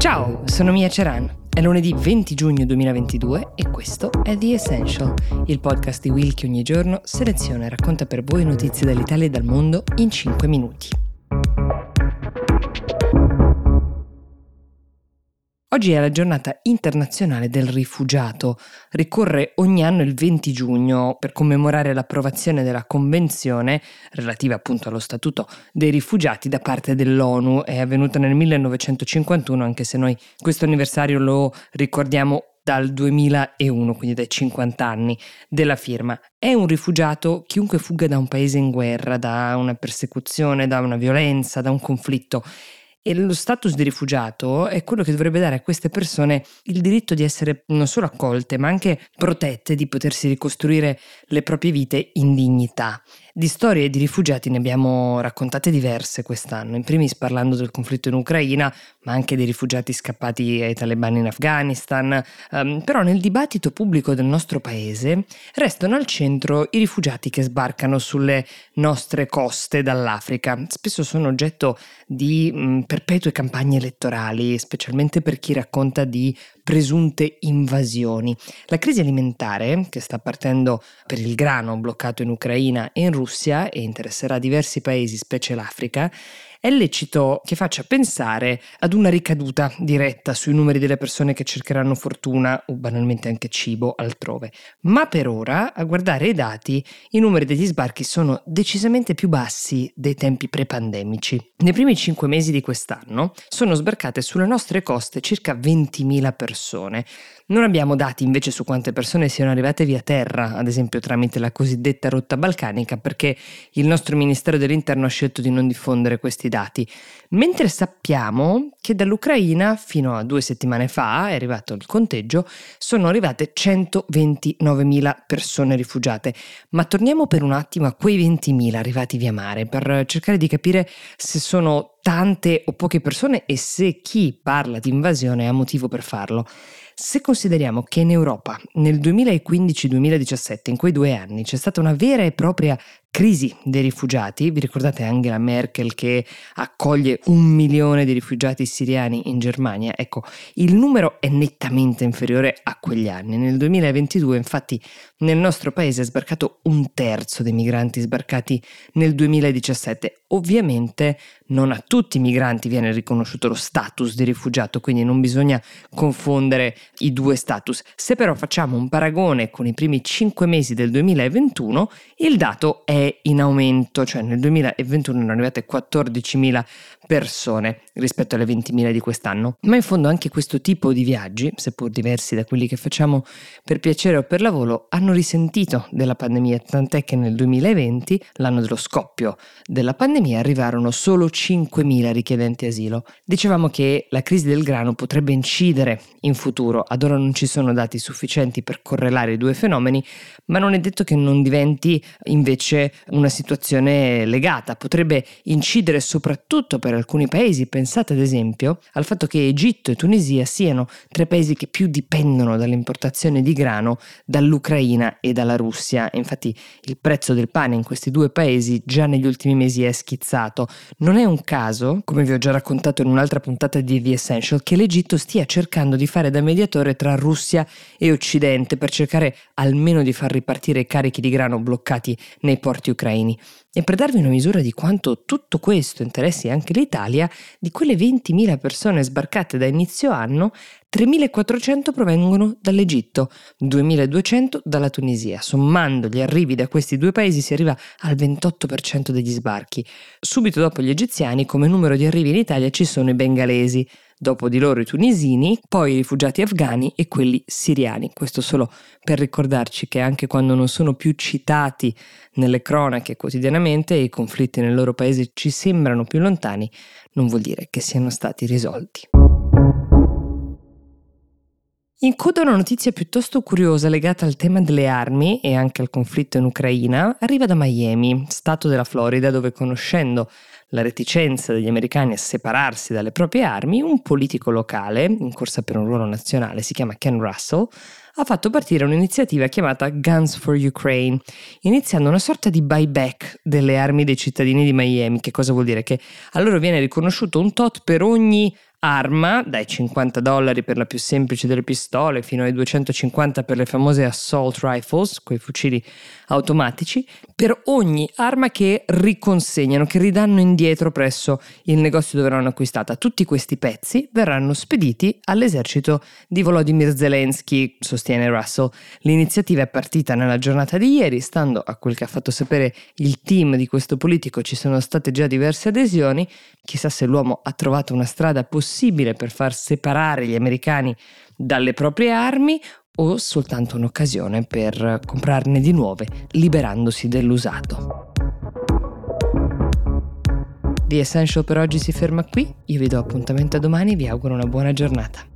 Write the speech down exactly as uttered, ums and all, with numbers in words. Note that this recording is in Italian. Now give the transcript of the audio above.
Ciao, sono Mia Ceran. È lunedì venti giugno duemilaventidue e questo è The Essential, il podcast di Will che ogni giorno seleziona e racconta per voi notizie dall'Italia e dal mondo in cinque minuti. Oggi è la giornata internazionale del rifugiato. Ricorre ogni anno il venti giugno per commemorare l'approvazione della convenzione relativa appunto allo statuto dei rifugiati da parte dell'ONU. È avvenuta nel millenovecentocinquantuno, anche se noi questo anniversario lo ricordiamo dal duemilauno, quindi dai cinquanta anni della firma. È un rifugiato chiunque fugga da un paese in guerra, da una persecuzione, da una violenza, da un conflitto. E lo status di rifugiato è quello che dovrebbe dare a queste persone il diritto di essere non solo accolte, ma anche protette, di potersi ricostruire le proprie vite in dignità. Di storie di rifugiati ne abbiamo raccontate diverse quest'anno, in primis parlando del conflitto in Ucraina, ma anche dei rifugiati scappati ai talebani in Afghanistan. Um, però nel dibattito pubblico del nostro paese restano al centro i rifugiati che sbarcano sulle nostre coste dall'Africa. Spesso sono oggetto di mh, perpetue campagne elettorali, specialmente per chi racconta di presunte invasioni. La crisi alimentare, che sta partendo per il grano bloccato in Ucraina e in Russia e interesserà diversi paesi, specie l'Africa, è lecito che faccia pensare ad una ricaduta diretta sui numeri delle persone che cercheranno fortuna o banalmente anche cibo altrove. Ma per ora, a guardare i dati, i numeri degli sbarchi sono decisamente più bassi dei tempi pre-pandemici. Nei primi cinque mesi di quest'anno sono sbarcate sulle nostre coste circa ventimila persone. Non abbiamo dati invece su quante persone siano arrivate via terra, ad esempio tramite la cosiddetta rotta balcanica, perché il nostro Ministero dell'Interno ha scelto di non diffondere questi dati. Mentre sappiamo che dall'Ucraina fino a due settimane fa, è arrivato il conteggio, sono arrivate centoventinovemila persone rifugiate. Ma torniamo per un attimo a quei ventimila arrivati via mare, per cercare di capire se sono tante o poche persone e se chi parla di invasione ha motivo per farlo. Se consideriamo che in Europa nel duemilaquindici duemiladiciassette, in quei due anni, c'è stata una vera e propria crisi dei rifugiati, vi ricordate Angela Merkel che accoglie un milione di rifugiati siriani in Germania? Ecco, il numero è nettamente inferiore a quegli anni. Nel duemilaventidue, infatti, nel nostro paese è sbarcato un terzo dei migranti sbarcati nel duemiladiciassette. Ovviamente non a tutti i migranti viene riconosciuto lo status di rifugiato, quindi non bisogna confondere i due status. Se però facciamo un paragone con i primi cinque mesi del duemilaventuno, il dato è in aumento, cioè nel duemilaventuno erano arrivate quattordicimila persone rispetto alle ventimila di quest'anno. Ma in fondo anche questo tipo di viaggi, seppur diversi da quelli che facciamo per piacere o per lavoro, hanno risentito della pandemia, tant'è che nel duemilaventi, l'anno dello scoppio della pandemia, arrivarono solo cinquemila richiedenti asilo. Dicevamo che la crisi del grano potrebbe incidere in futuro, ad ora non ci sono dati sufficienti per correlare i due fenomeni, ma non è detto che non diventi invece una situazione legata. Potrebbe incidere soprattutto per alcuni paesi. Pensate ad esempio al fatto che Egitto e Tunisia siano tra i paesi che più dipendono dall'importazione di grano dall'Ucraina e dalla Russia. Infatti il prezzo del pane in questi due paesi già negli ultimi mesi è schizzato. Non è un caso, come vi ho già raccontato in un'altra puntata di The Essential, che l'Egitto stia cercando di fare da mediatore tra Russia e Occidente per cercare almeno di far ripartire i carichi di grano bloccati nei porti ucraini. E per darvi una misura di quanto tutto questo interessi anche l'Italia, di quelle ventimila persone sbarcate da inizio anno, tremilaquattrocento provengono dall'Egitto, duemiladuecento dalla Tunisia. Sommando gli arrivi da questi due paesi si arriva al ventotto per cento degli sbarchi. Subito dopo gli egiziani, come numero di arrivi in Italia, ci sono i bengalesi, dopo di loro i tunisini, poi i rifugiati afghani e quelli siriani. Questo solo per ricordarci che anche quando non sono più citati nelle cronache quotidianamente e i conflitti nel loro paese ci sembrano più lontani, non vuol dire che siano stati risolti. In coda una notizia piuttosto curiosa legata al tema delle armi e anche al conflitto in Ucraina arriva da Miami, stato della Florida, dove, conoscendo la reticenza degli americani a separarsi dalle proprie armi, un politico locale, in corsa per un ruolo nazionale, si chiama Ken Russell, ha fatto partire un'iniziativa chiamata Guns for Ukraine, iniziando una sorta di buyback delle armi dei cittadini di Miami. Che cosa vuol dire? Che a loro viene riconosciuto un tot per ogni arma, dai cinquanta dollari per la più semplice delle pistole fino ai duecentocinquanta per le famose assault rifles, quei fucili automatici, per ogni arma che riconsegnano, che ridanno indietro presso il negozio dove l'hanno acquistata. Tutti questi pezzi verranno spediti all'esercito di Volodymyr Zelensky, sostiene Russell. L'iniziativa è partita nella giornata di ieri, stando a quel che ha fatto sapere il team di questo politico ci sono state già diverse adesioni. Chissà se l'uomo ha trovato una strada possibile per far separare gli americani dalle proprie armi o soltanto un'occasione per comprarne di nuove, liberandosi dell'usato. The Essential per oggi si ferma qui, io vi do appuntamento a domani e vi auguro una buona giornata.